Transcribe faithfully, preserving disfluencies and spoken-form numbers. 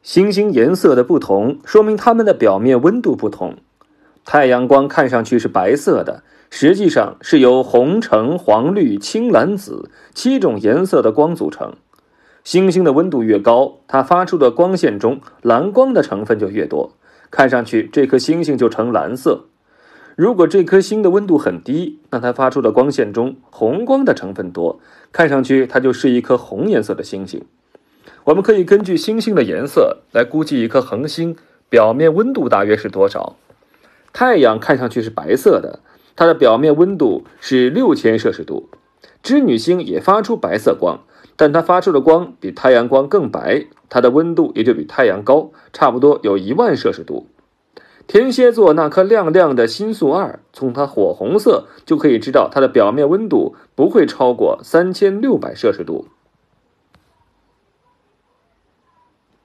星星颜色的不同，说明它们的表面温度不同。太阳光看上去是白色的，实际上是由红、橙、黄、绿、青、蓝、紫七种颜色的光组成。星星的温度越高，它发出的光线中蓝光的成分就越多，看上去这颗星星就呈蓝色。如果这颗星的温度很低，那它发出的光线中红光的成分多，看上去它就是一颗红颜色的星星。我们可以根据星星的颜色来估计一颗恒星表面温度大约是多少。太阳看上去是白色的，它的表面温度是六千摄氏度。织女星也发出白色光，但它发出的光比太阳光更白，它的温度也就比太阳高，差不多有一万摄氏度。天蝎座那颗亮亮的星宿二，从它火红色就可以知道它的表面温度不会超过三千六百摄氏度。